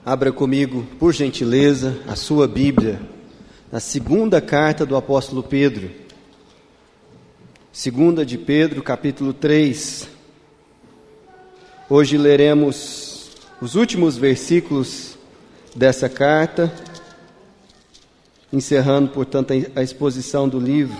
Abra comigo, por gentileza, a sua Bíblia, na segunda carta do apóstolo Pedro. Segunda de Pedro, capítulo 3. Hoje leremos os últimos versículos dessa carta, encerrando, portanto, a exposição do livro.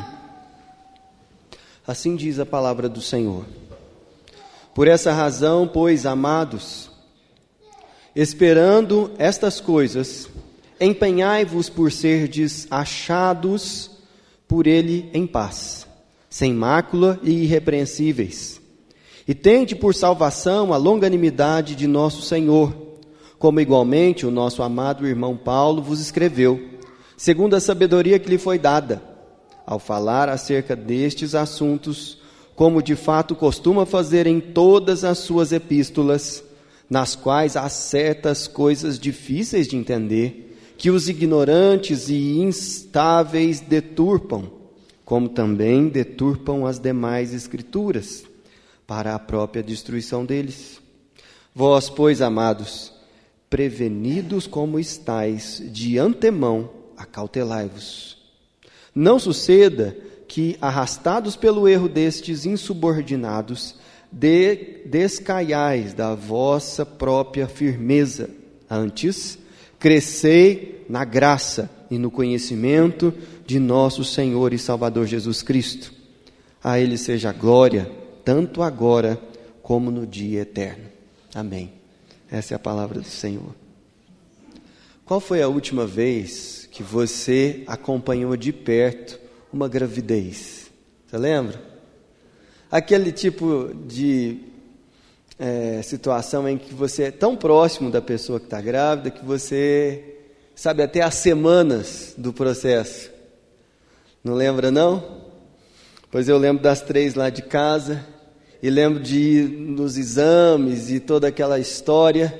Assim diz a palavra do Senhor. Por essa razão, pois, amados, esperando estas coisas, empenhai-vos por serdes achados por Ele em paz, sem mácula e irrepreensíveis. E tende por salvação a longanimidade de nosso Senhor, como igualmente o nosso amado irmão Paulo vos escreveu, segundo a sabedoria que lhe foi dada, ao falar acerca destes assuntos, como de fato costuma fazer em todas as suas epístolas, nas quais há certas coisas difíceis de entender, que os ignorantes e instáveis deturpam, como também deturpam as demais escrituras, para a própria destruição deles. Vós, pois, amados, prevenidos como estáis de antemão, acautelai-vos. Não suceda que, arrastados pelo erro destes insubordinados, descaiais da vossa própria firmeza. Antes, crescei na graça e no conhecimento de nosso Senhor e Salvador Jesus Cristo. A Ele seja a glória, tanto agora como no dia eterno. Amém. Essa é a palavra do Senhor. Qual foi a última vez que você acompanhou de perto uma gravidez? Você lembra? Aquele tipo de situação em que você é tão próximo da pessoa que está grávida que você sabe até as semanas do processo. Não lembra, não? Pois eu lembro das 3 lá de casa e lembro de ir nos exames e toda aquela história.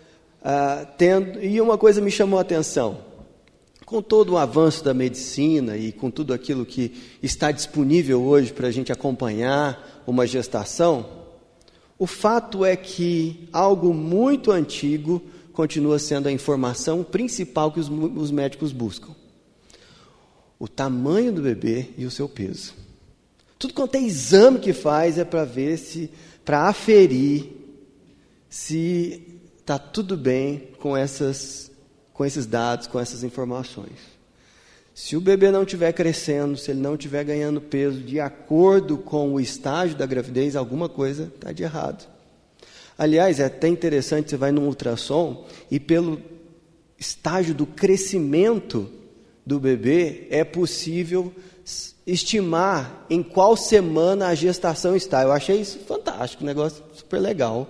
E uma coisa me chamou a atenção. Com todo o avanço da medicina e com tudo aquilo que está disponível hoje para a gente acompanhar uma gestação, o fato é que algo muito antigo continua sendo a informação principal que os médicos buscam. O tamanho do bebê e o seu peso. Tudo quanto é exame que faz é para ver para aferir se está tudo bem com esses dados, com essas informações. Se o bebê não estiver crescendo, se ele não estiver ganhando peso de acordo com o estágio da gravidez, alguma coisa está de errado. Aliás, é até interessante, você vai num ultrassom e pelo estágio do crescimento do bebê, é possível estimar em qual semana a gestação está. Eu achei isso fantástico, um negócio super legal.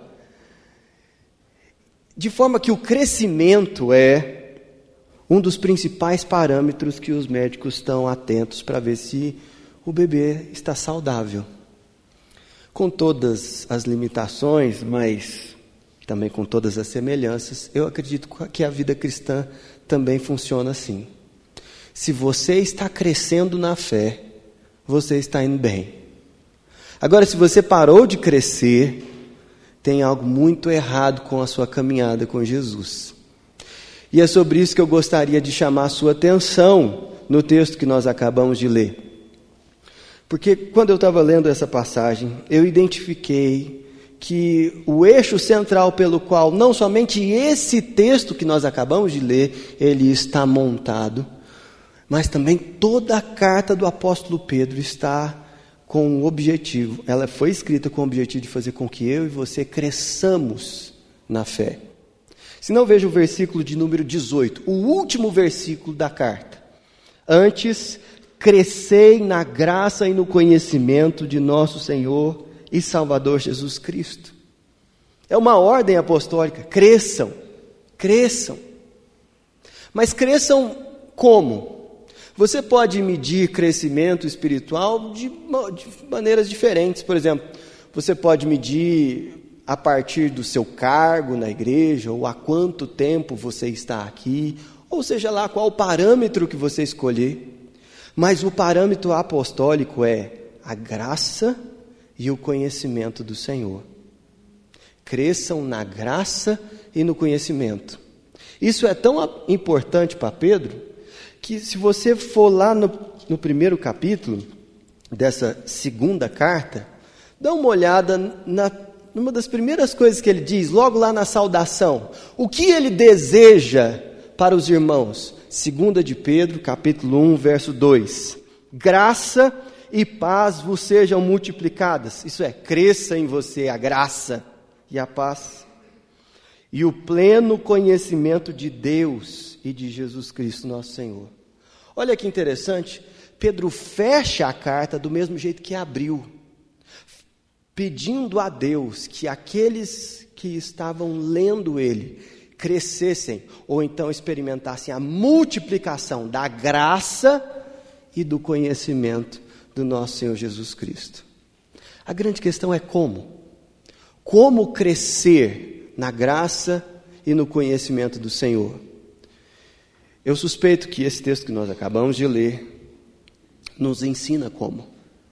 De forma que o crescimento é um dos principais parâmetros que os médicos estão atentos para ver se o bebê está saudável. Com todas as limitações, mas também com todas as semelhanças, eu acredito que a vida cristã também funciona assim. Se você está crescendo na fé, você está indo bem. Agora, se você parou de crescer, tem algo muito errado com a sua caminhada com Jesus. E é sobre isso que eu gostaria de chamar a sua atenção no texto que nós acabamos de ler. Porque quando eu estava lendo essa passagem, eu identifiquei que o eixo central pelo qual não somente esse texto que nós acabamos de ler, ele está montado, mas também toda a carta do apóstolo Pedro está com um objetivo. Ela foi escrita com o objetivo de fazer com que eu e você cresçamos na fé. Se não, veja o versículo de número 18, o último versículo da carta. Antes, crescei na graça e no conhecimento de nosso Senhor e Salvador Jesus Cristo. É uma ordem apostólica. Cresçam, cresçam. Mas cresçam como? Você pode medir crescimento espiritual de maneiras diferentes. Por exemplo, você pode medir a partir do seu cargo na igreja, ou há quanto tempo você está aqui, ou seja lá qual o parâmetro que você escolher. Mas o parâmetro apostólico é a graça e o conhecimento do Senhor. Cresçam na graça e no conhecimento. Isso é tão importante para Pedro, que se você for lá no primeiro capítulo dessa segunda carta, dá uma olhada numa das primeiras coisas que ele diz, logo lá na saudação. O que ele deseja para os irmãos? 2 de Pedro, capítulo 1, verso 2. Graça e paz vos sejam multiplicadas. Isso é, cresça em você a graça e a paz. E o pleno conhecimento de Deus e de Jesus Cristo, nosso Senhor. Olha que interessante, Pedro fecha a carta do mesmo jeito que abriu, pedindo a Deus que aqueles que estavam lendo ele crescessem, ou então experimentassem a multiplicação da graça e do conhecimento do nosso Senhor Jesus Cristo. A grande questão é como? Como crescer na graça e no conhecimento do Senhor? Eu suspeito que esse texto que nós acabamos de ler nos ensina como.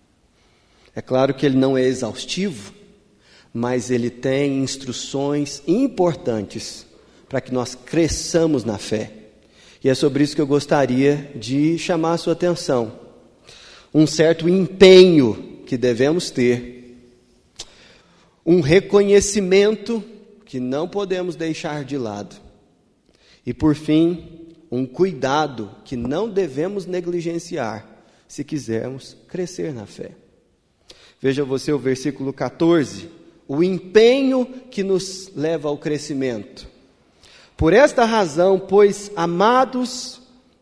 É claro que ele não é exaustivo, mas ele tem instruções importantes para que nós cresçamos na fé. E é sobre isso que eu gostaria de chamar a sua atenção. Um certo empenho que devemos ter, um reconhecimento que não podemos deixar de lado. E por fim, um cuidado que não devemos negligenciar se quisermos crescer na fé. Veja você o versículo 14, o empenho que nos leva ao crescimento. Por esta razão, pois, amados,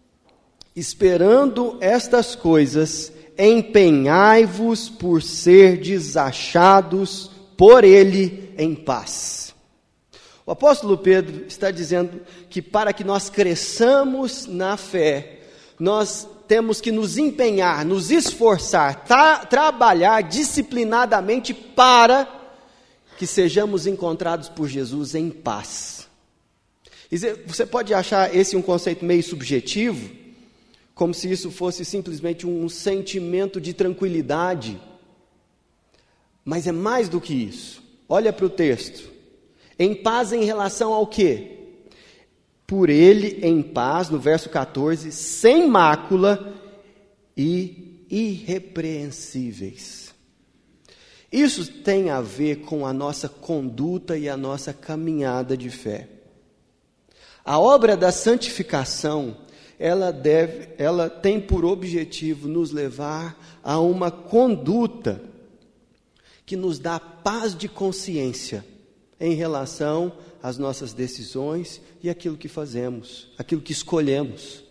esperando estas coisas, empenhai-vos por serdes achados por ele em paz. O apóstolo Pedro está dizendo que para que nós cresçamos na fé, nós temos que nos empenhar, nos esforçar, trabalhar disciplinadamente para que sejamos encontrados por Jesus em paz. Você pode achar esse um conceito meio subjetivo, como se isso fosse simplesmente um sentimento de tranquilidade, mas é mais do que isso. Olha para o texto. Em paz em relação ao quê? Por ele em paz, no verso 14, sem mácula e irrepreensíveis. Isso tem a ver com a nossa conduta e a nossa caminhada de fé. A obra da santificação, ela tem por objetivo nos levar a uma conduta que nos dá paz de consciência em relação às nossas decisões e aquilo que fazemos, aquilo que escolhemos.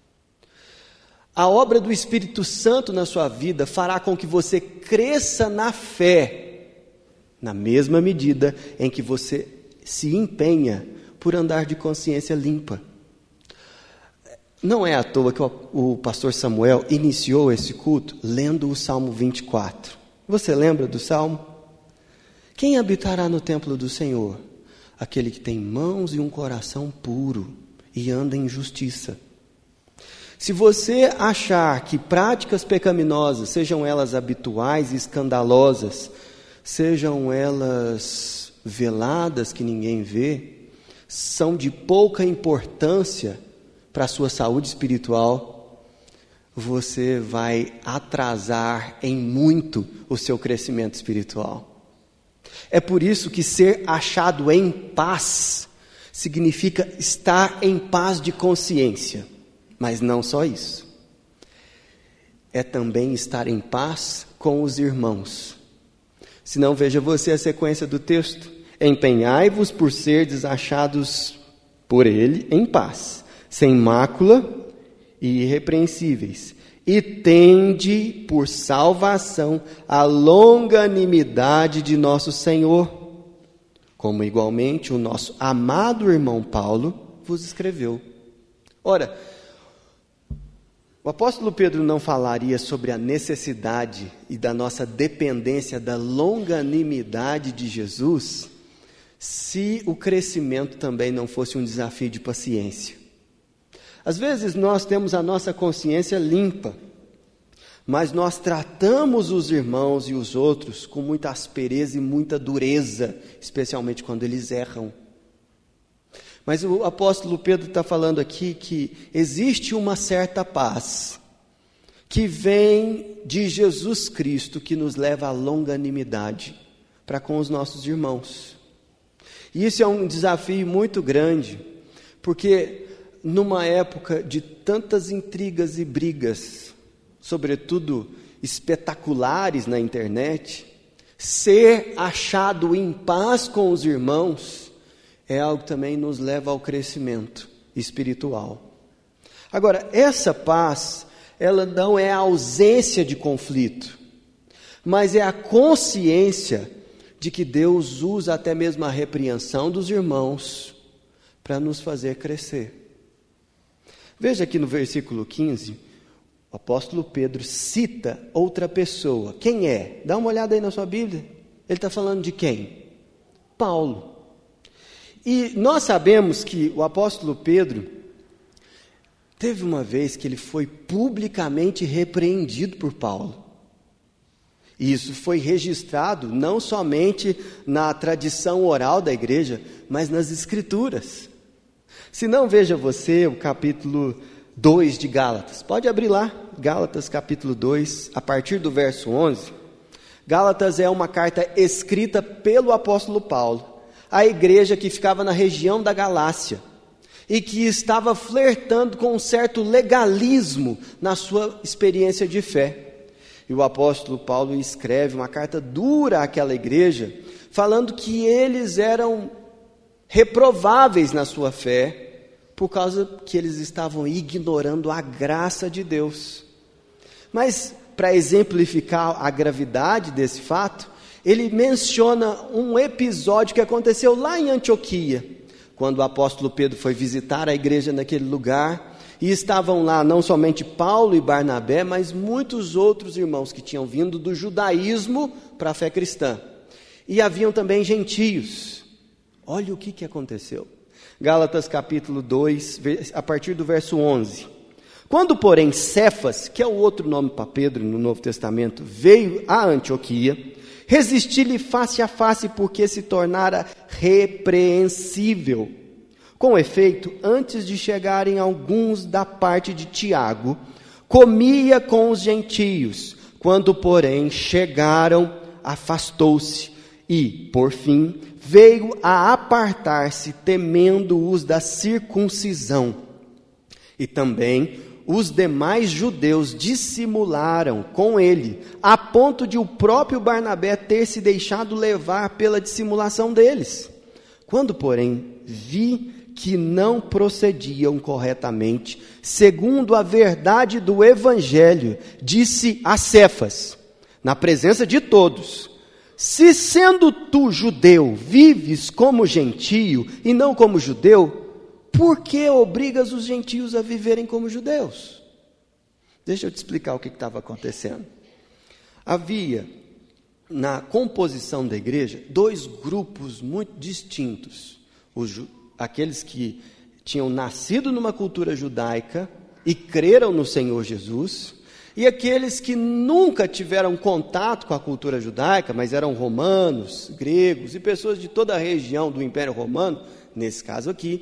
A obra do Espírito Santo na sua vida fará com que você cresça na fé, na mesma medida em que você se empenha por andar de consciência limpa. Não é à toa que o pastor Samuel iniciou esse culto lendo o Salmo 24. Você lembra do Salmo? Quem habitará no templo do Senhor? Aquele que tem mãos e um coração puro e anda em justiça. Se você achar que práticas pecaminosas, sejam elas habituais e escandalosas, sejam elas veladas que ninguém vê, são de pouca importância para a sua saúde espiritual, você vai atrasar em muito o seu crescimento espiritual. É por isso que ser achado em paz significa estar em paz de consciência. Mas não só isso. É também estar em paz com os irmãos. Se não, veja você a sequência do texto. Empenhai-vos por serdes achados por ele em paz, sem mácula e irrepreensíveis. E tende por salvação a longanimidade de nosso Senhor, como igualmente o nosso amado irmão Paulo vos escreveu. Ora, o apóstolo Pedro não falaria sobre a necessidade e da nossa dependência da longanimidade de Jesus, se o crescimento também não fosse um desafio de paciência. Às vezes nós temos a nossa consciência limpa, mas nós tratamos os irmãos e os outros com muita aspereza e muita dureza, especialmente quando eles erram. Mas o apóstolo Pedro está falando aqui que existe uma certa paz que vem de Jesus Cristo, que nos leva à longanimidade para com os nossos irmãos. E isso é um desafio muito grande, porque numa época de tantas intrigas e brigas, sobretudo espetaculares na internet, ser achado em paz com os irmãos é algo que também nos leva ao crescimento espiritual. Agora, essa paz, ela não é a ausência de conflito, mas é a consciência de que Deus usa até mesmo a repreensão dos irmãos para nos fazer crescer. Veja aqui no versículo 15, o apóstolo Pedro cita outra pessoa. Quem é? Dá uma olhada aí na sua Bíblia. Ele está falando de quem? Paulo. E nós sabemos que o apóstolo Pedro teve uma vez que ele foi publicamente repreendido por Paulo. E isso foi registrado não somente na tradição oral da igreja, mas nas escrituras. Se não, veja você o capítulo 2 de Gálatas. Pode abrir lá, Gálatas capítulo 2, a partir do verso 11. Gálatas é uma carta escrita pelo apóstolo Paulo, à igreja que ficava na região da Galácia, e que estava flertando com um certo legalismo na sua experiência de fé. E o apóstolo Paulo escreve uma carta dura àquela igreja, falando que eles eram reprováveis na sua fé, por causa que eles estavam ignorando a graça de Deus. Mas, para exemplificar a gravidade desse fato, ele menciona um episódio que aconteceu lá em Antioquia, quando o apóstolo Pedro foi visitar a igreja naquele lugar, e estavam lá não somente Paulo e Barnabé, mas muitos outros irmãos que tinham vindo do judaísmo para a fé cristã. E haviam também gentios. Olha o que aconteceu. Gálatas capítulo 2, a partir do verso 11. Quando, porém, Cefas, que é o outro nome para Pedro no Novo Testamento, veio a Antioquia, resisti-lhe face a face, porque se tornara repreensível. Com efeito, antes de chegarem alguns da parte de Tiago, comia com os gentios. Quando, porém, chegaram, afastou-se e, por fim, veio a apartar-se, temendo-os da circuncisão. E também os demais judeus dissimularam com ele, a ponto de o próprio Barnabé ter se deixado levar pela dissimulação deles. Quando, porém, vi que não procediam corretamente, segundo a verdade do Evangelho, disse a Cefas, na presença de todos: se sendo tu judeu, vives como gentio e não como judeu, por que obrigas os gentios a viverem como judeus? Deixa eu te explicar o que estava acontecendo. Havia, na composição da igreja, dois grupos muito distintos. Aqueles que tinham nascido numa cultura judaica e creram no Senhor Jesus, e aqueles que nunca tiveram contato com a cultura judaica, mas eram romanos, gregos e pessoas de toda a região do Império Romano, nesse caso aqui,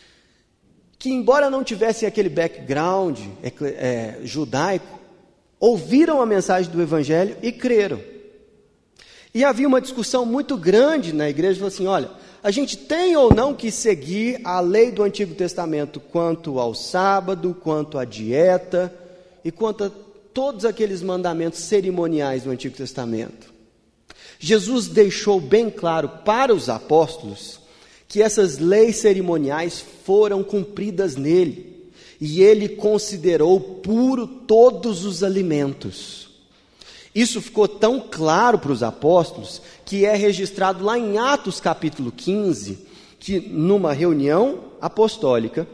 que embora não tivessem aquele background judaico, ouviram a mensagem do Evangelho e creram. E havia uma discussão muito grande na igreja, falou assim, olha, a gente tem ou não que seguir a lei do Antigo Testamento quanto ao sábado, quanto à dieta e quanto a todos aqueles mandamentos cerimoniais do Antigo Testamento. Jesus deixou bem claro para os apóstolos que essas leis cerimoniais foram cumpridas nele, e ele considerou puro todos os alimentos. Isso ficou tão claro para os apóstolos, que é registrado lá em Atos capítulo 15, que numa reunião apostólica,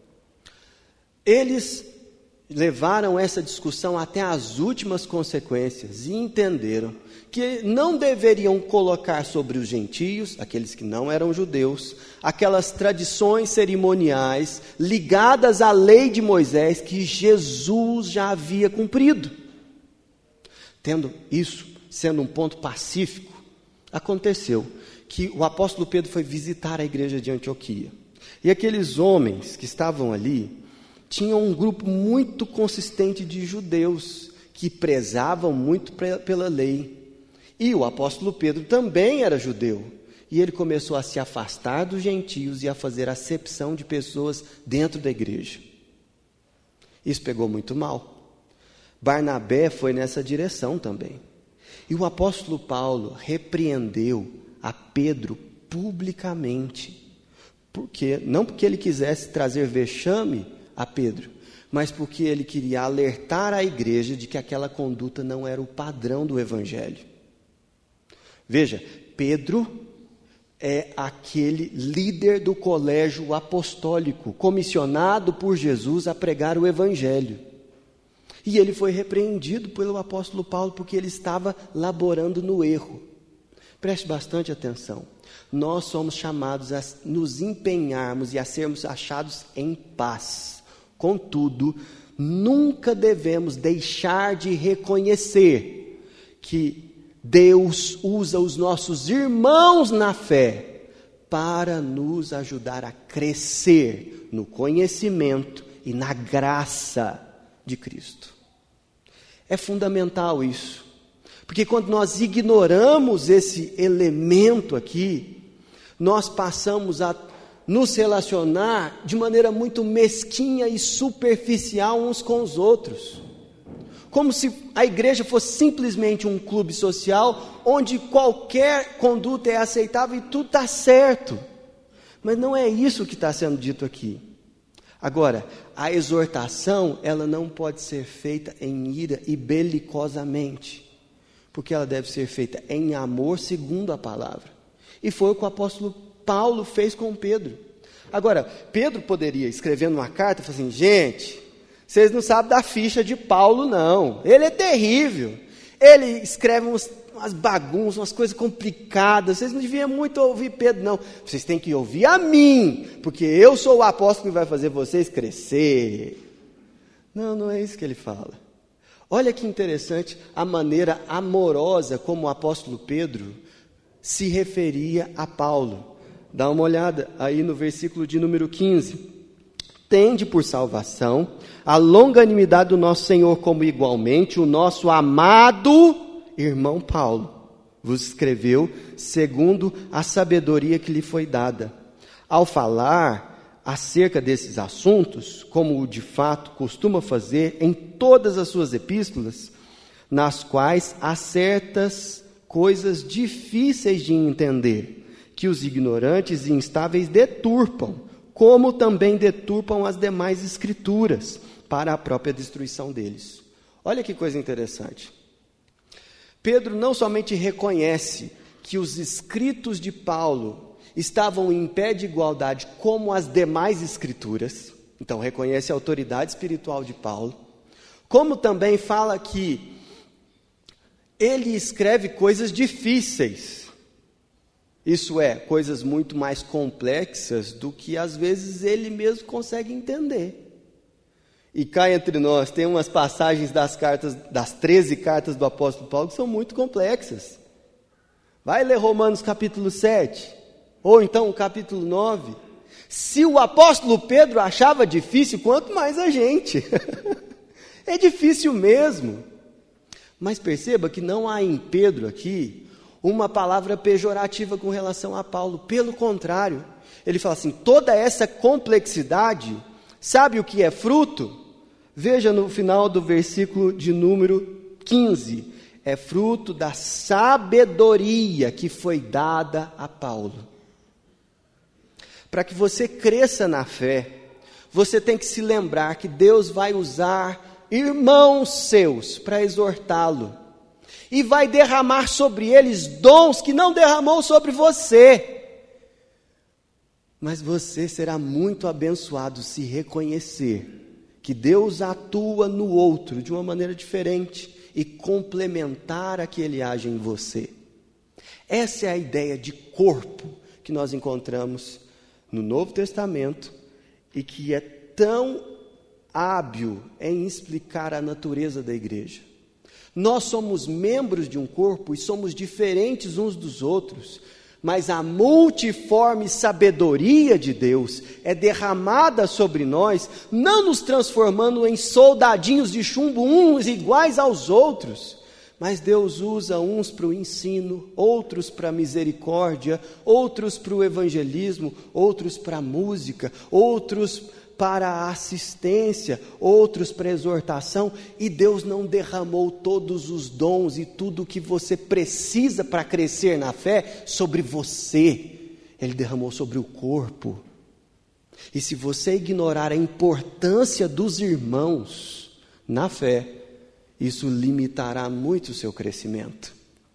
eles levaram essa discussão até as últimas consequências e entenderam que não deveriam colocar sobre os gentios, aqueles que não eram judeus, aquelas tradições cerimoniais ligadas à lei de Moisés que Jesus já havia cumprido. Tendo isso, sendo um ponto pacífico, aconteceu que o apóstolo Pedro foi visitar a igreja de Antioquia. E aqueles homens que estavam ali tinham um grupo muito consistente de judeus que prezavam muito pela lei. E o apóstolo Pedro também era judeu. E ele começou a se afastar dos gentios e a fazer acepção de pessoas dentro da igreja. Isso pegou muito mal. Barnabé foi nessa direção também. E o apóstolo Paulo repreendeu a Pedro publicamente. Por quê? Não porque ele quisesse trazer vexame a Pedro, mas porque ele queria alertar a igreja de que aquela conduta não era o padrão do evangelho. Veja, Pedro é aquele líder do colégio apostólico, comissionado por Jesus a pregar o evangelho. E ele foi repreendido pelo apóstolo Paulo porque ele estava laborando no erro. Preste bastante atenção. Nós somos chamados a nos empenharmos e a sermos achados em paz. Contudo, nunca devemos deixar de reconhecer que Deus usa os nossos irmãos na fé para nos ajudar a crescer no conhecimento e na graça de Cristo. É fundamental isso, porque quando nós ignoramos esse elemento aqui, nós passamos a nos relacionar de maneira muito mesquinha e superficial uns com os outros. Como se a igreja fosse simplesmente um clube social, onde qualquer conduta é aceitável e tudo está certo. Mas não é isso que está sendo dito aqui. Agora, a exortação, ela não pode ser feita em ira e belicosamente, porque ela deve ser feita em amor segundo a palavra. E foi o que o apóstolo Paulo fez com Pedro. Agora, Pedro poderia, escrevendo uma carta, falar assim: gente, vocês não sabem da ficha de Paulo, não. Ele é terrível. Ele escreve umas bagunças, umas coisas complicadas. Vocês não deviam muito ouvir Pedro, não. Vocês têm que ouvir a mim, porque eu sou o apóstolo que vai fazer vocês crescer. Não, não é isso que ele fala. Olha que interessante a maneira amorosa como o apóstolo Pedro se referia a Paulo. Dá uma olhada aí no versículo de número 15. Tende por salvação a longanimidade do nosso Senhor, como igualmente o nosso amado irmão Paulo vos escreveu segundo a sabedoria que lhe foi dada. Ao falar acerca desses assuntos, como de fato costuma fazer em todas as suas epístolas, nas quais há certas coisas difíceis de entender, que os ignorantes e instáveis deturpam, como também deturpam as demais escrituras, para a própria destruição deles. Olha que coisa interessante. Pedro não somente reconhece que os escritos de Paulo estavam em pé de igualdade como as demais escrituras, então reconhece a autoridade espiritual de Paulo, como também fala que ele escreve coisas difíceis, isso é, coisas muito mais complexas do que às vezes ele mesmo consegue entender. E cá entre nós, tem umas passagens das 13 cartas do apóstolo Paulo que são muito complexas. Vai ler Romanos capítulo 7, ou então o capítulo 9. Se o apóstolo Pedro achava difícil, quanto mais a gente. É difícil mesmo. Mas perceba que não há em Pedro aqui uma palavra pejorativa com relação a Paulo. Pelo contrário, ele fala assim, toda essa complexidade, sabe o que é fruto? Veja no final do versículo de número 15. É fruto da sabedoria que foi dada a Paulo. Para que você cresça na fé, você tem que se lembrar que Deus vai usar irmãos seus para exortá-lo. E vai derramar sobre eles dons que não derramou sobre você. Mas você será muito abençoado se reconhecer que Deus atua no outro de uma maneira diferente e complementar a que Ele age em você. Essa é a ideia de corpo que nós encontramos no Novo Testamento e que é tão hábil em explicar a natureza da igreja. Nós somos membros de um corpo e somos diferentes uns dos outros, mas a multiforme sabedoria de Deus é derramada sobre nós, não nos transformando em soldadinhos de chumbo, uns iguais aos outros, mas Deus usa uns para o ensino, outros para a misericórdia, outros para o evangelismo, outros para a música, outros para a assistência, outros para a exortação, e Deus não derramou todos os dons e tudo o que você precisa para crescer na fé sobre você. Ele derramou sobre o corpo. E se você ignorar a importância dos irmãos na fé, isso limitará muito o seu crescimento.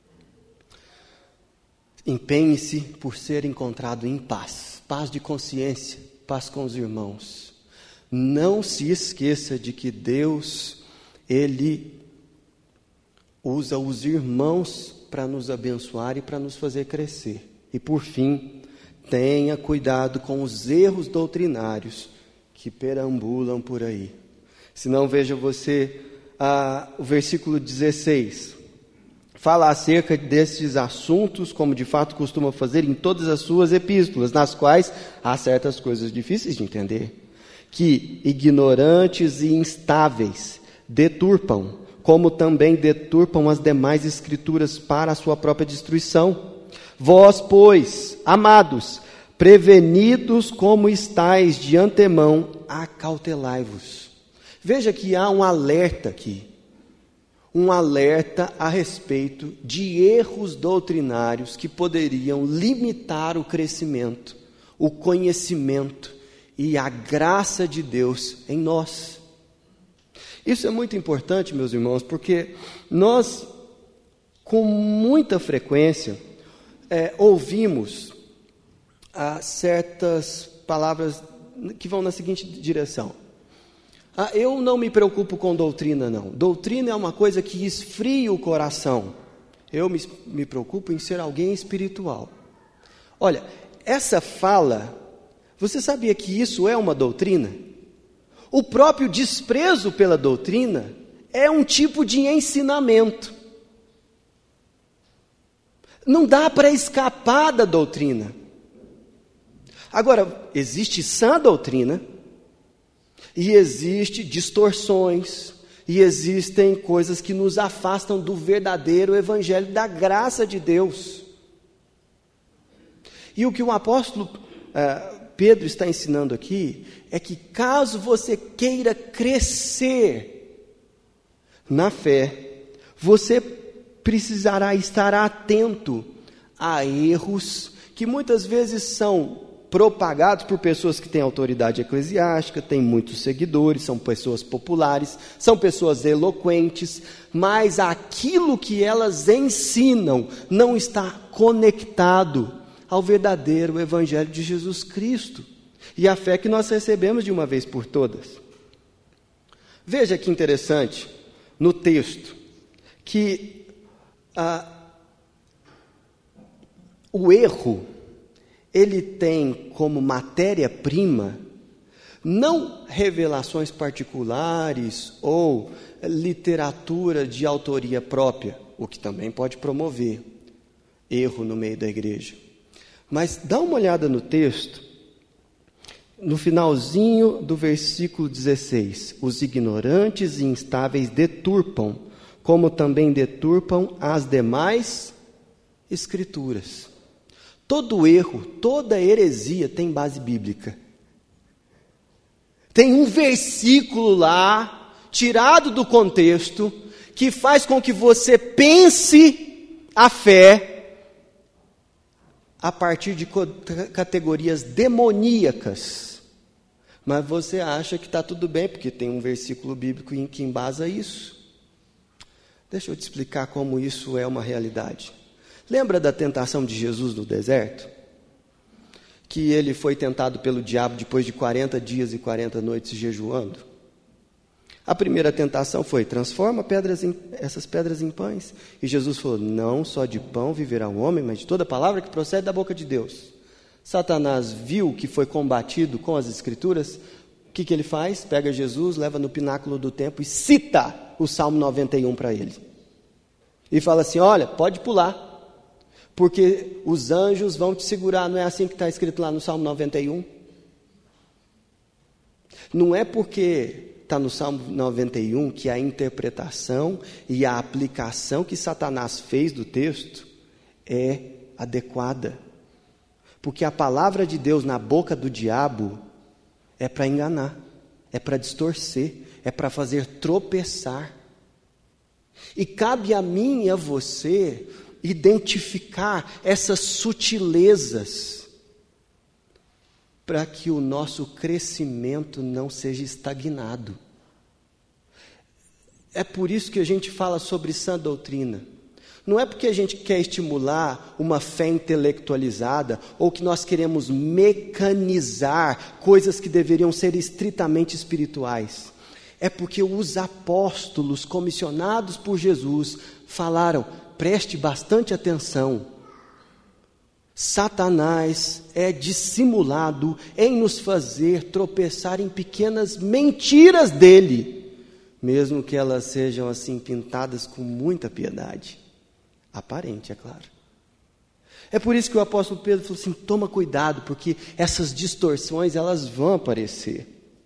Empenhe-se por ser encontrado em paz, paz de consciência, paz com os irmãos. Não se esqueça de que Deus, Ele usa os irmãos para nos abençoar e para nos fazer crescer. E por fim, tenha cuidado com os erros doutrinários que perambulam por aí. Se não, veja você o versículo 16. Fala acerca desses assuntos, como de fato costuma fazer em todas as suas epístolas, nas quais há certas coisas difíceis de entender, que ignorantes e instáveis deturpam, como também deturpam as demais escrituras para a sua própria destruição. Vós, pois, amados, prevenidos como estáis de antemão, acautelai-vos. Veja que há um alerta aqui, um alerta a respeito de erros doutrinários que poderiam limitar o crescimento, o conhecimento e a graça de Deus em nós. Isso é muito importante, meus irmãos, porque nós, com muita frequência, ouvimos certas palavras que vão na seguinte direção. Eu não me preocupo com doutrina, não. Doutrina é uma coisa que esfria o coração. Eu me preocupo em ser alguém espiritual. Olha, essa fala, você sabia que isso é uma doutrina? O próprio desprezo pela doutrina é um tipo de ensinamento. Não dá para escapar da doutrina. Agora, existe sã doutrina, e existe distorções, e existem coisas que nos afastam do verdadeiro evangelho, da graça de Deus. E o que o apóstolo Pedro está ensinando aqui, é que caso você queira crescer na fé, você precisará estar atento a erros que muitas vezes são propagados por pessoas que têm autoridade eclesiástica, têm muitos seguidores, são pessoas populares, são pessoas eloquentes, mas aquilo que elas ensinam não está conectado ao verdadeiro evangelho de Jesus Cristo e à fé que nós recebemos de uma vez por todas. Veja que interessante no texto que o erro, ele tem como matéria-prima não revelações particulares ou literatura de autoria própria, o que também pode promover erro no meio da igreja. Mas dá uma olhada no texto, no finalzinho do versículo 16. Os ignorantes e instáveis deturpam, como também deturpam as demais escrituras. Todo erro, toda heresia tem base bíblica. Tem um versículo lá, tirado do contexto, que faz com que você pense a fé a partir de categorias demoníacas. Mas você acha que está tudo bem, porque tem um versículo bíblico que embasa isso. Deixa eu te explicar como isso é uma realidade. Lembra da tentação de Jesus no deserto? Que ele foi tentado pelo diabo depois de 40 dias e 40 noites jejuando? A primeira tentação foi: transforma essas pedras em pães. E Jesus falou: não só de pão viverá o homem, mas de toda palavra que procede da boca de Deus. Satanás viu que foi combatido com as escrituras. O que ele faz? Pega Jesus, leva no pináculo do templo e cita o Salmo 91 para ele. E fala assim: olha, pode pular. porque os anjos vão te segurar. Não é assim que está escrito lá no Salmo 91? Não é porque está no Salmo 91 que a interpretação e a aplicação que Satanás fez do texto é adequada. Porque a palavra de Deus na boca do diabo é para enganar, é para distorcer, é para fazer tropeçar. E cabe a mim e a você identificar essas sutilezas para que o nosso crescimento não seja estagnado. É por isso que a gente fala sobre sã doutrina. Não é porque a gente quer estimular uma fé intelectualizada ou que nós queremos mecanizar coisas que deveriam ser estritamente espirituais. É porque os apóstolos comissionados por Jesus falaram: preste bastante atenção. Satanás é dissimulado em nos fazer tropeçar em pequenas mentiras dele, mesmo que elas sejam assim pintadas com muita piedade. Aparente, é claro. É por isso que o apóstolo Pedro falou assim: toma cuidado, porque essas distorções elas vão aparecer.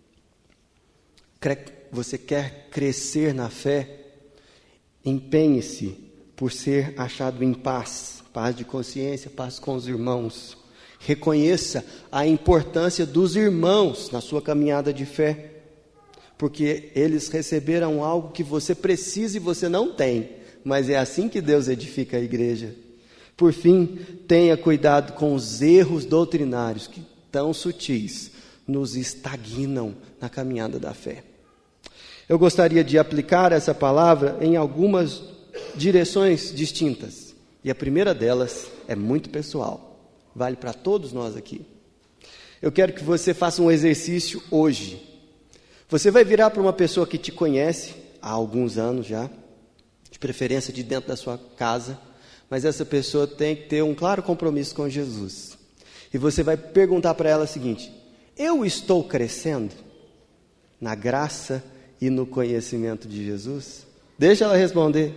Você quer crescer na fé? Empenhe-se por ser achado em paz, paz de consciência, paz com os irmãos. Reconheça a importância dos irmãos na sua caminhada de fé, porque eles receberam algo que você precisa e você não tem, mas é assim que Deus edifica a igreja. Por fim, tenha cuidado com os erros doutrinários que, tão sutis, nos estagnam na caminhada da fé. Eu gostaria de aplicar essa palavra em algumas direções distintas. E a primeira delas é muito pessoal. Vale para todos nós aqui. Eu quero que você faça um exercício hoje. Você vai virar para uma pessoa que te conhece há alguns anos já, de preferência de dentro da sua casa, mas essa pessoa tem que ter um claro compromisso com Jesus. E você vai perguntar para ela o seguinte: eu estou crescendo na graça e no conhecimento de Jesus? Deixa ela responder.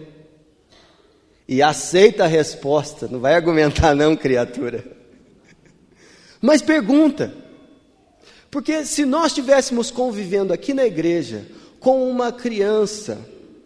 E aceita a resposta, não vai argumentar não, criatura. Mas pergunta. Porque se nós estivéssemos convivendo aqui na igreja com uma criança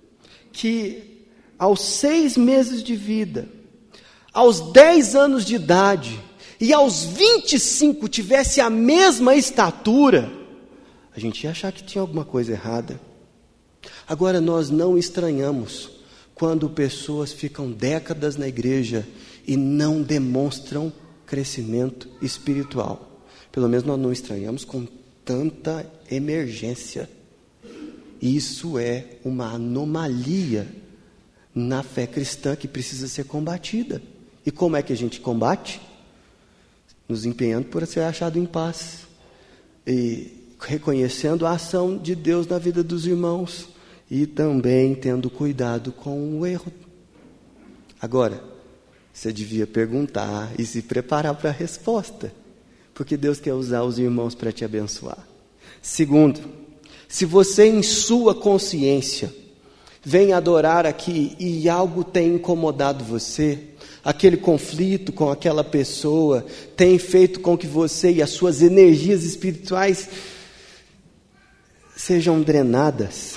que aos 6 meses de vida, aos 10 anos de idade e aos 25 tivesse a mesma estatura, a gente ia achar que tinha alguma coisa errada. Agora, nós não estranhamos quando pessoas ficam décadas na igreja e não demonstram crescimento espiritual. Pelo menos nós não estranhamos com tanta emergência. Isso é uma anomalia na fé cristã que precisa ser combatida. E como é que a gente combate? Nos empenhando por ser achado em paz e reconhecendo a ação de Deus na vida dos irmãos e também tendo cuidado com o erro. Agora, você devia perguntar e se preparar para a resposta, porque Deus quer usar os irmãos para te abençoar. Segundo, se você em sua consciência vem adorar aqui e algo tem incomodado você, aquele conflito com aquela pessoa tem feito com que você e as suas energias espirituais sejam drenadas,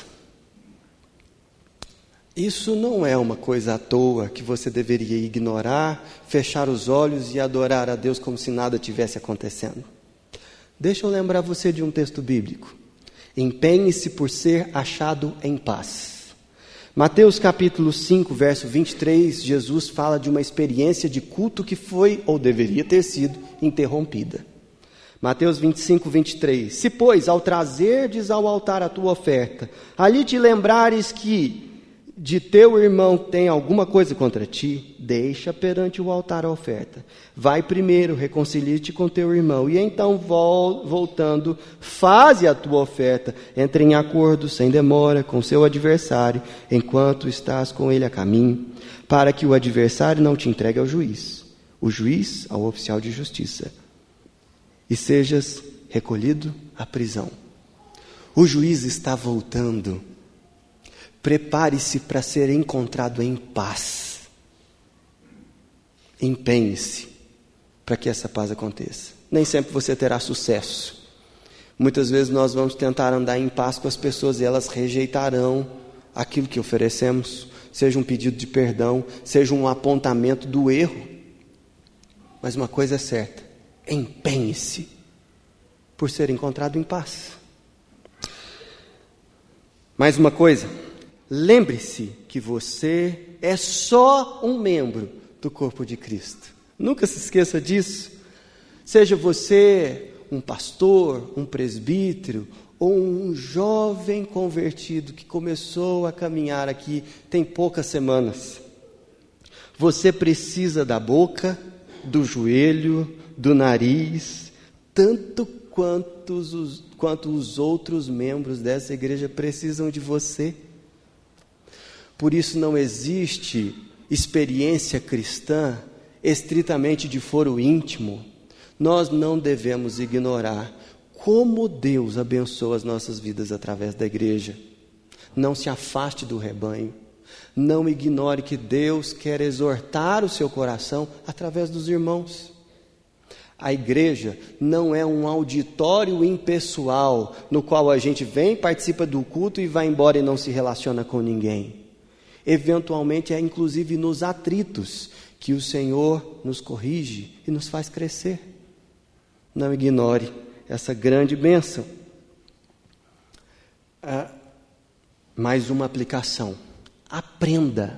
isso não é uma coisa à toa que você deveria ignorar, fechar os olhos e adorar a Deus como se nada tivesse acontecendo. Deixa eu lembrar você de um texto bíblico. Empenhe-se por ser achado em paz. Mateus capítulo 5, verso 23, Jesus fala de uma experiência de culto que foi, ou deveria ter sido, interrompida. Mateus 25, 23. Se, pois, ao trazerdes ao altar a tua oferta, ali te lembrares que de teu irmão tem alguma coisa contra ti, deixa perante o altar a oferta. Vai primeiro, reconcilia-te com teu irmão, e então, voltando, faze a tua oferta. Entre em acordo, sem demora, com seu adversário, enquanto estás com ele a caminho, para que o adversário não te entregue ao juiz, o juiz ao oficial de justiça, e sejas recolhido à prisão. O juiz está voltando. Prepare-se para ser encontrado em paz. Empenhe-se para que essa paz aconteça. Nem sempre você terá sucesso. Muitas vezes nós vamos tentar andar em paz com as pessoas e elas rejeitarão aquilo que oferecemos, seja um pedido de perdão, seja um apontamento do erro. Mas uma coisa é certa: empenhe-se por ser encontrado em paz. Mais uma coisa, lembre-se que você é só um membro do corpo de Cristo. Nunca se esqueça disso. Seja você um pastor, um presbítero, ou um jovem convertido que começou a caminhar aqui tem poucas semanas. Você precisa da boca, do joelho, do nariz, tanto quanto os outros membros dessa igreja precisam de você. Por isso não existe experiência cristã estritamente de foro íntimo. Nós não devemos ignorar como Deus abençoa as nossas vidas através da igreja. Não se afaste do rebanho. Não ignore que Deus quer exortar o seu coração através dos irmãos. A igreja não é um auditório impessoal no qual a gente vem, participa do culto e vai embora e não se relaciona com ninguém. Eventualmente é inclusive nos atritos que o Senhor nos corrige e nos faz crescer. Não ignore essa grande bênção. Mais uma aplicação. Aprenda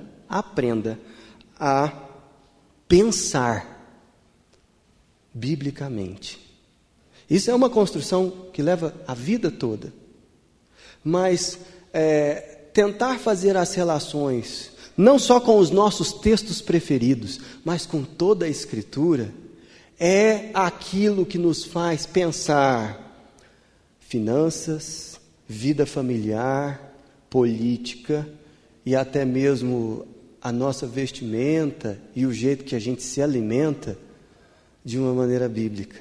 a pensar biblicamente. Isso é uma construção que leva a vida toda. Mas tentar fazer as relações, não só com os nossos textos preferidos, mas com toda a Escritura, é aquilo que nos faz pensar finanças, vida familiar, política e até mesmo a nossa vestimenta e o jeito que a gente se alimenta de uma maneira bíblica.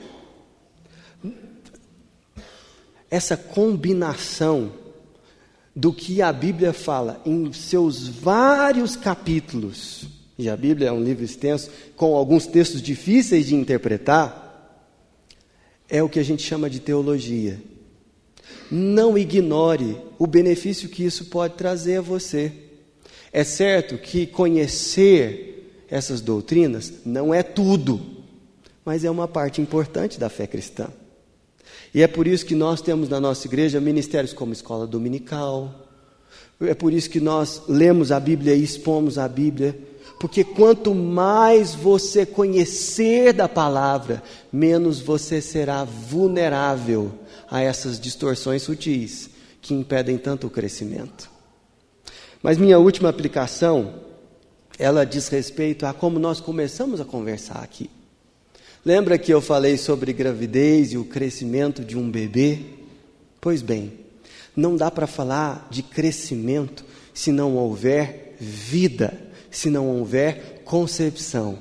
Essa combinação do que a Bíblia fala em seus vários capítulos, e a Bíblia é um livro extenso, com alguns textos difíceis de interpretar, é o que a gente chama de teologia. Não ignore o benefício que isso pode trazer a você. É certo que conhecer essas doutrinas não é tudo, mas é uma parte importante da fé cristã. E é por isso que nós temos na nossa igreja ministérios como escola dominical. É por isso que nós lemos a Bíblia e expomos a Bíblia. Porque quanto mais você conhecer da palavra, menos você será vulnerável a essas distorções sutis que impedem tanto o crescimento. Mas minha última aplicação, ela diz respeito a como nós começamos a conversar aqui. Lembra que eu falei sobre gravidez e o crescimento de um bebê? Pois bem, não dá para falar de crescimento se não houver vida, se não houver concepção.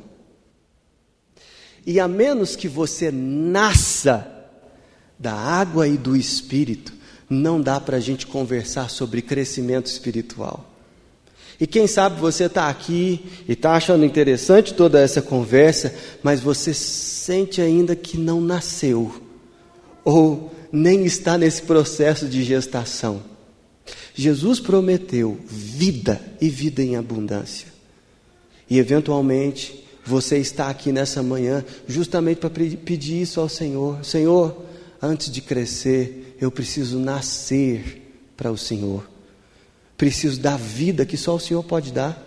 E a menos que você nasça da água e do Espírito, não dá para a gente conversar sobre crescimento espiritual. E quem sabe você está aqui e está achando interessante toda essa conversa, mas você sente ainda que não nasceu, ou nem está nesse processo de gestação. Jesus prometeu vida e vida em abundância. E eventualmente você está aqui nessa manhã justamente para pedir isso ao Senhor. Senhor, antes de crescer, eu preciso nascer para o Senhor. Preciso da vida que só o Senhor pode dar.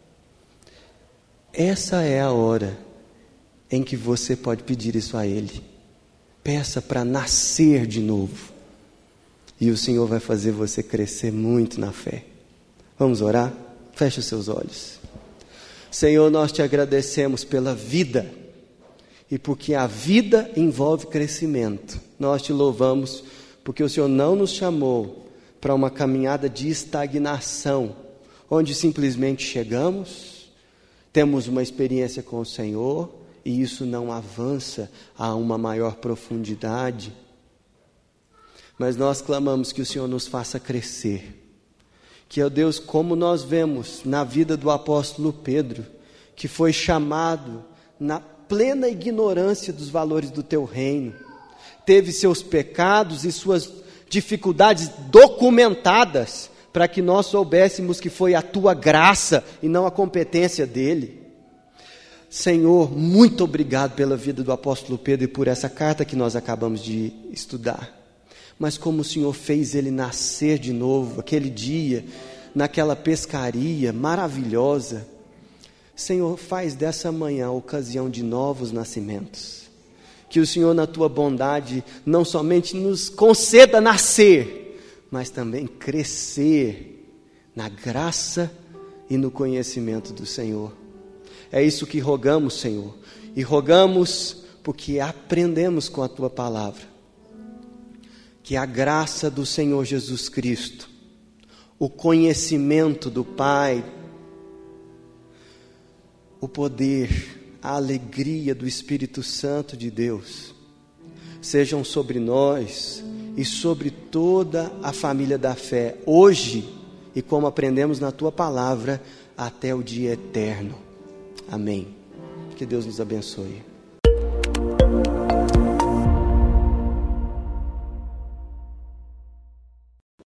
Essa é a hora em que você pode pedir isso a Ele. Peça para nascer de novo. E o Senhor vai fazer você crescer muito na fé. Vamos orar? Feche os seus olhos. Senhor, nós te agradecemos pela vida. E porque a vida envolve crescimento. Nós te louvamos porque o Senhor não nos chamou para uma caminhada de estagnação, onde simplesmente chegamos, temos uma experiência com o Senhor, e isso não avança a uma maior profundidade. Mas nós clamamos que o Senhor nos faça crescer. Que, ó Deus, como nós vemos na vida do apóstolo Pedro, que foi chamado na plena ignorância dos valores do teu reino, teve seus pecados e suas dificuldades documentadas, para que nós soubéssemos que foi a tua graça e não a competência dele. Senhor, muito obrigado pela vida do apóstolo Pedro e por essa carta que nós acabamos de estudar. Mas como o Senhor fez ele nascer de novo, aquele dia, naquela pescaria maravilhosa, Senhor, faz dessa manhã a ocasião de novos nascimentos. Que o Senhor, na tua bondade, não somente nos conceda nascer, mas também crescer na graça e no conhecimento do Senhor. É isso que rogamos, Senhor, e rogamos porque aprendemos com a tua palavra. Que a graça do Senhor Jesus Cristo, o conhecimento do Pai, o poder, a alegria do Espírito Santo de Deus, sejam sobre nós e sobre toda a família da fé, hoje, e como aprendemos na tua palavra, até o dia eterno. Amém. Que Deus nos abençoe.